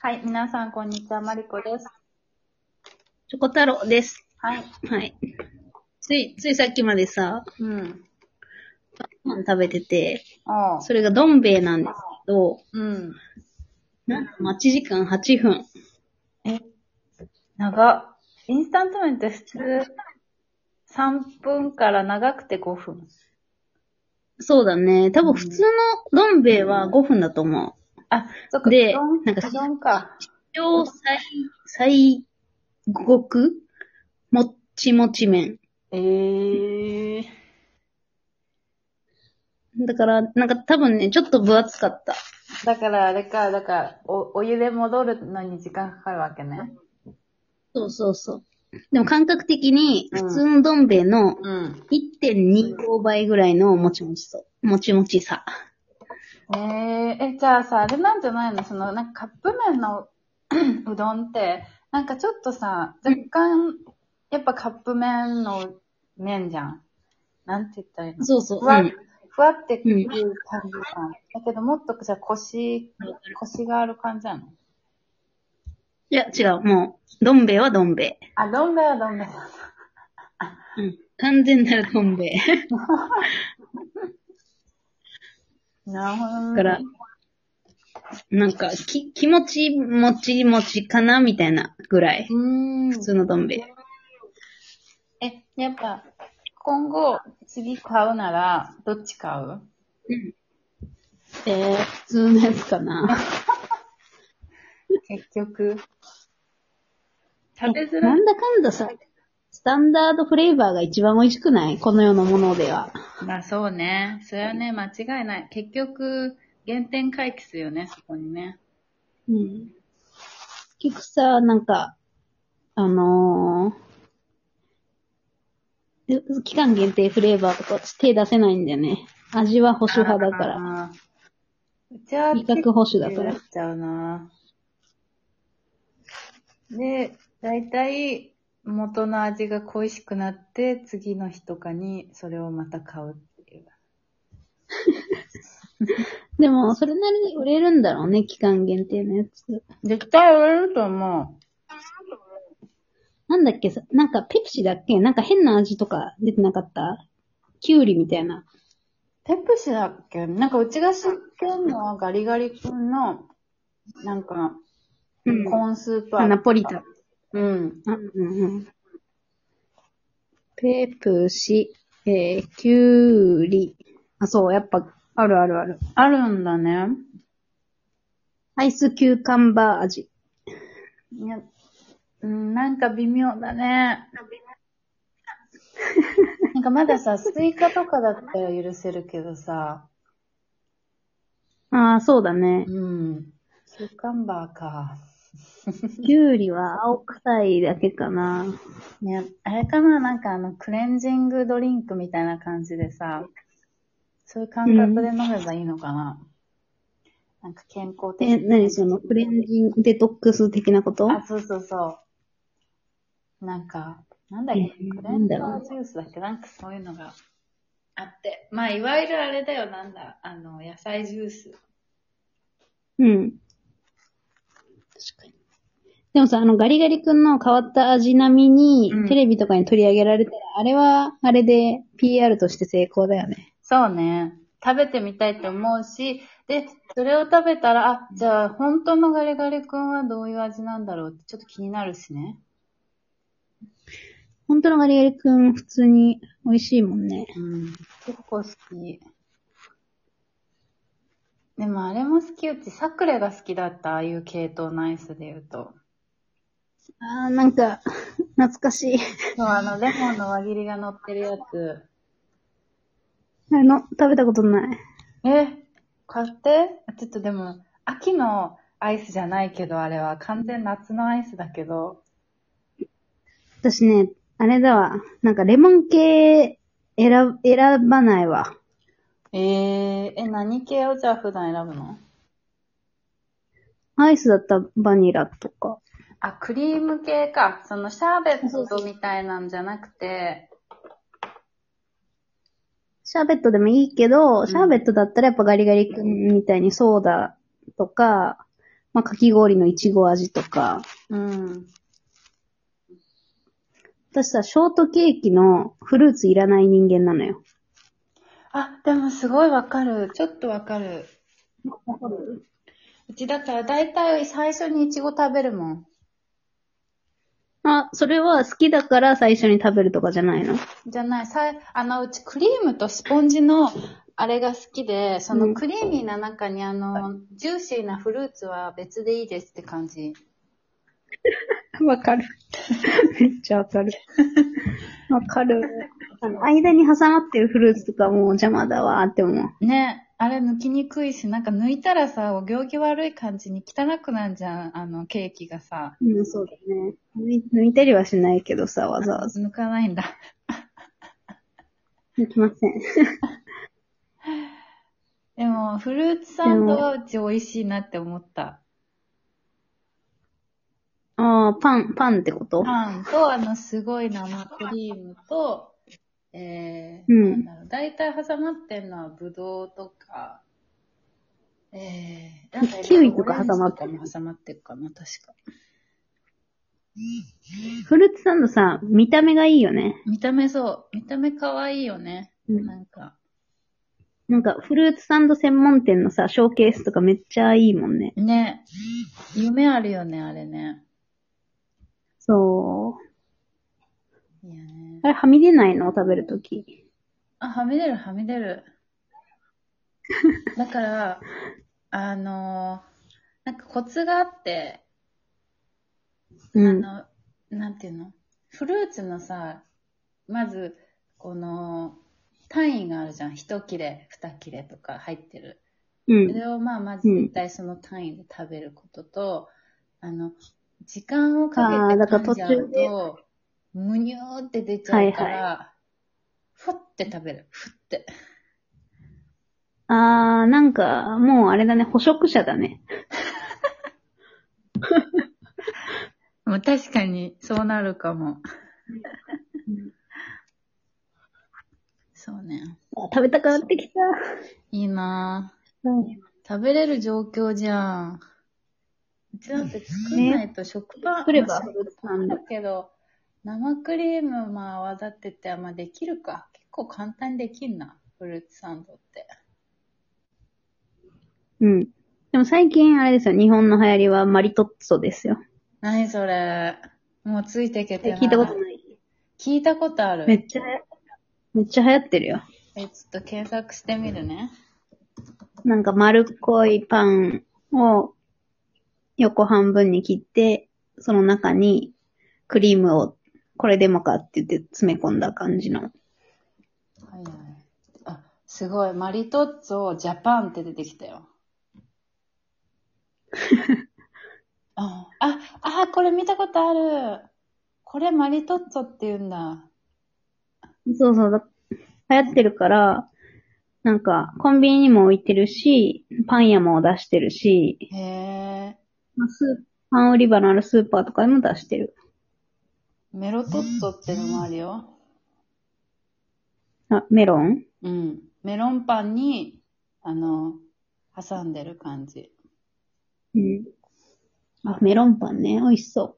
はい、皆さんこんにちは、マリコです。 チョコ太郎です。 はい。 はい。ついさっきまでさ、 うん。 ご飯食べてて、 おう。 それがどん兵衛なんですけど、 うん。 なんと待ち時間8分。 え、長っ。インスタント麺って普通3分から長くて5分。 そうだね。多分普通うん。 のどん兵衛は5分だと思あ、そっう。 か、 で、なんか、 うどんか。 史上最極もっちもち麺。 ええだから、なんか多分ね、ちょっと分厚かった。 だからあれか、お湯で戻るのに時間かかるわけね。 そうそうそう。でも感覚的に普通うん。 のどん兵衛のうん。 1.25倍ぐらいのもちもちもちもちさ。 じゃあさ、あれなんじゃないのなんかカップ麺のうどんって、なんかちょっとさ、若干、やっぱカップ麺の麺じゃん。なんて言ったらいいのそうそう、 ふわ、ふわってうん。 いう感じじゃん。だけどもっとじゃあコシがある感じなのいや、違う。もう、どん兵衛はどん兵衛。 あ、どん兵衛はどん兵衛だ。 うん。完全なるどん兵衛。 なるほどね。 だから、なんか、気持ちもちもちかなみたいなぐらい。 うーん。 普通のどん兵衛。 やっぱ、今後、次買うなら、どっち買ううん。普通のやつかな。 結局。食べづらい。 なんだかんださ、スタンダードフレーバーが一番美味しくないこの世のものでは。 まあそうね。それはね、間違いない。結局、原点回帰するよね、そこにね。 うん。結局さ、なんか、あの期間限定フレーバーとか手出せないんだよね。味は保守派だから。 ああ、うちは味結覚保守構だから。 出しちゃうな。で、だいたい元の味が恋しくなって、次の日とかにそれをまた買うっていう。 でも、それなりに売れるんだろうね、期間限定のやつ。 絶対売れると思なんだっけさ、なんかペプシだっけなんか変な味とか出てなかったキュウリみたいな。 う。ペプシだっけなんかうちが知ってるのはガリガリ君の、なんか、 うん。 コーンスープ味。 ナポリタン。 うん。 うん。ペプシ、キュウリ。あ、そう、やっぱ、あるあるある。 あるんだね。 アイスキューカンバー味。 いや、なんか微妙だね。なんかまださ、スイカとかだったら許せるけどさ、 ああ、そうだね。 うん。キューカンバーか。 キュウリは青臭いだけかな。 ね、あれかななんかクレンジングドリンクみたいな感じでさ、そういう感覚で飲めばいいのかな、なんか健康的何その、クレンジングデトックス的なこあ、 と？ そうそうそう。なんか、なんだっけ、クレンザなんだろうね。 ージュースだっけなんかそういうのがあって。まあ、いわゆるあれだよ、野菜ジュース。 うん。確かに。でもさ、ガリガリ君の変わった味並みに、テうん。 レビとかに取り上げられたら、あれは、あれで PR として成功だよね。 そうね。食べてみたいと思うし、で、それを食べたら、あ、じゃあ本当のガリガリ君はどういう味なんだろうってちょっと気になるしね。 本当のガリガリ君、普通に美味しいもんね。 うん。結構好き。でもあれも好き、うちサクレが好きだった、ああいう系統のアイスで言うと。 あー、なんか、懐かしい。 そう、レモンの輪切りが乗ってるやつ。 食べたことない。 え、買ってちょっとでも、秋のアイスじゃないけど、あれは完全夏のアイスだけど。 私ね、あれだわ。なんかレモン系選ばないわ。 何系をじゃあ普段選ぶのアイスだったらバニラとか。 あ、クリーム系か。そのシャーベッそうそう。 トみたいなんじゃなくて、 シャーベットでもいいけど、 うんシャーベットだったらやっぱガリガリ君みたいにソーダとか、 まあ、かき氷のいちご味とか。 うん。 私さ、ショートケーキのフルーツいらない人間なのよ。 あ、でもすごいわかる。ちょっとわかる。 わかる？ うちだからだいたい最初にいちご食べるもん。 あ、それは好きだから最初に食べるとかじゃないの？ じゃない、うちクリームとスポンジのあれが好きで、そのクリーミーな中にジューシーなフルーツは別でいいですって感じ。 わかる。めっちゃわかる。わかる。間に挟まってるフルーツとかもう邪魔だわーって思う。 ね、あれ抜きにくいし、なんか抜いたらさ、お行儀悪い感じに汚くなんじゃん、ケーキがさ。 うん、そうだね。抜いたりはしないけどさ、わざわざ。 抜かないんだ。 抜きません。 でも、フルーツサンドはうち美味しいなって思った。 ああ、パンってこと？ パンと、すごい生クリームと、なんだろう、大体挟まってんのはブドウとか、なんかキウイとか挟まってる。挟まってるかな、確か。 フルーツサンドさ、見た目がいいよね。 見た目可愛いよね。なんか、フルーツサンド専門店のさ、ショーケースとかめっちゃいいもんね。 ね。夢あるよね、あれね。 そう。 いやね。 あれ、はみ出ないの？食べるとき。 あ、はみ出る。だから、なんかコツがあって、なんていうの？フルーツのさ、まず、単位があるじゃん。1切れ、2切れとか入ってる。それをまず絶対その単位で食べることと、時間をかけて噛んじゃうと、むにゅーって出ちゃうから、ふって食べる。ふって。 なんか、もうあれだね、捕食者だね。 もう確かに、そうなるかも。そうね。 食べたくなってきた。 いいなぁ。食べれる状況じゃん。うちだって作んないと食パン、 作ればフルーツサンド。 だけど、生クリーム泡立ってて、できるか。結構簡単にできんな。フルーツサンドって。 うん。でも最近あれですよ、日本の流行りはマリトッツォですよ。 何それ。もうついてけてない。 聞いたことない？ 聞いたことある。 めっちゃ流行ってるよ。 ちょっと検索してみるね。 なんか丸っこいパンを横半分に切って、その中にクリームをこれでもかって言って詰め込んだ感じの。 はいはい。あ、すごい。マリトッツォジャパンって出てきたよ。これ見たことある。これマリトッツォって言うんだ。 そうそう、流行ってるから、なんかコンビニにも置いてるし、パン屋も出してるし、 へー。 パン売り場のあるスーパーとかでも出してる。 メロトッツォってのもあるよ。 あ、メロン？ うん。メロンパンに、挟んでる感じ。 うん。あ、メロンパンね。美味しそう。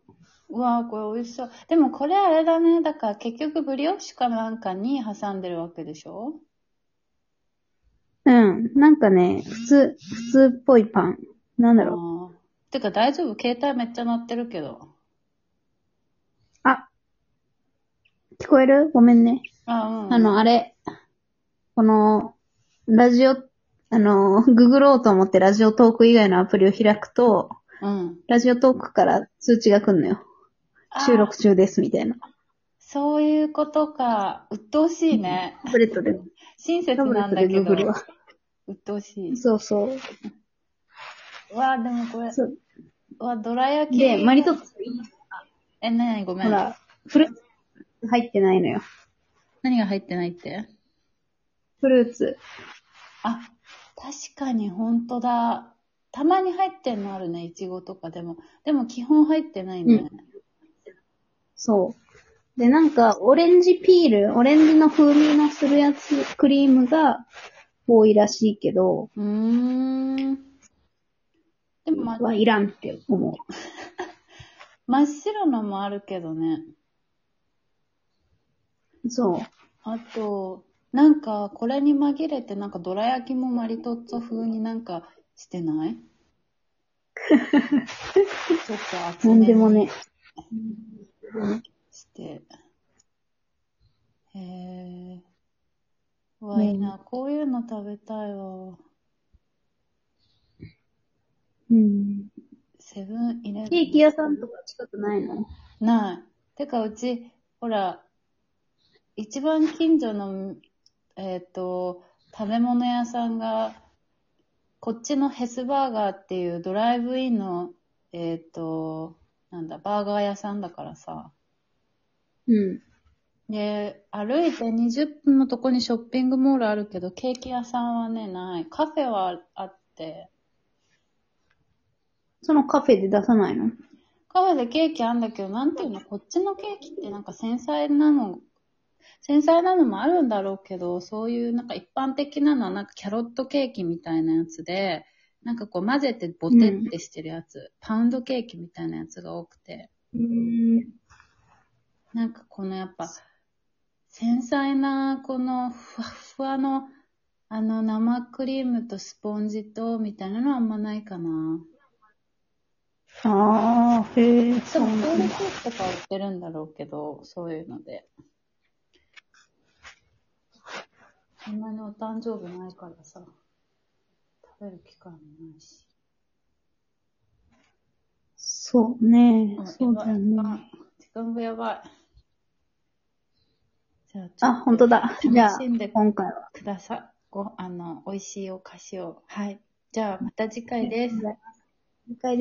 うわぁ、これ美味しそう。でもこれあれだね。だから結局ブリオッシュかなんかに挟んでるわけでしょ？ うん。なんかね、普通っぽいパン。なんだろう。 てか大丈夫？携帯めっちゃ鳴ってるけど。 あ、聞こえる？ごめんね。 うん。 あれ。この、ラジオ、ググろうと思ってラジオトーク以外のアプリを開くと、 うん。 ラジオトークから通知が来んのよ。収録中です、みたいな。 そういうことか。鬱陶しいね。 タブレットで。 親切なんだけど。鬱陶しい。 そうそう。 うわでもこれ。うわ、どら焼き。 で、マリトッツォ。 何ごめん。 ほら、フルーツ入ってないのよ。 何が入ってないって？ フルーツ。 あ、確かにほんとだ。たまに入ってんのあるね、いちごとかでも。でも基本入ってないね。 そう。で、なんか、オレンジの風味のするやつ、クリームが多いらしいけど。 でも、 はいらんって思真っ白のもあるけどね。 う。そう。 あと、なんか、これに紛れて、なんか、どら焼きもマリトッツォ風になんかしてないちょっと厚なんめにでもね。 して。へー。うわ、いいな。こういうの食べたいわ。 うん。 セブンイレブケーキ屋さんとか近くないの？ ン。ない。てか、うち、ほら、一番近所の、食べ物屋さんが、こっちのヘスバーガーっていうドライブインの、なんだ、バーガー屋さんだからさ。 うん。 で、歩いて20分のとこにショッピングモールあるけど、ケーキ屋さんはね、ない。カフェはあって、 そのカフェで出さないの？ カフェでケーキあんだけど、なんていうの、こっちのケーキってなんか繊細なのもあるんだろうけど、そういうなんか一般的なのはなんかキャロットケーキみたいなやつで、なんかこう混ぜてボテってしてるやつ、パウンドケーキみたいなやつが多くて、なんかこのやっぱ繊細なこのふわっふわの生クリームとスポンジとみたいなのはあんまないかな。 ああ、へえ、 多そう分なんだ。 フードケーキとか売ってるんだろうけど、そういうので。そんなにお誕生日ないからさ、食べる機会もないし。 そうね。 あ、 そうだよね。 時間がやばい。じゃあ、ちょあ、 っ本当だ。 とじゃあ、 楽しんで今回は。 ください。美味しいお菓子を。はい。じゃあ、また次回です。 次回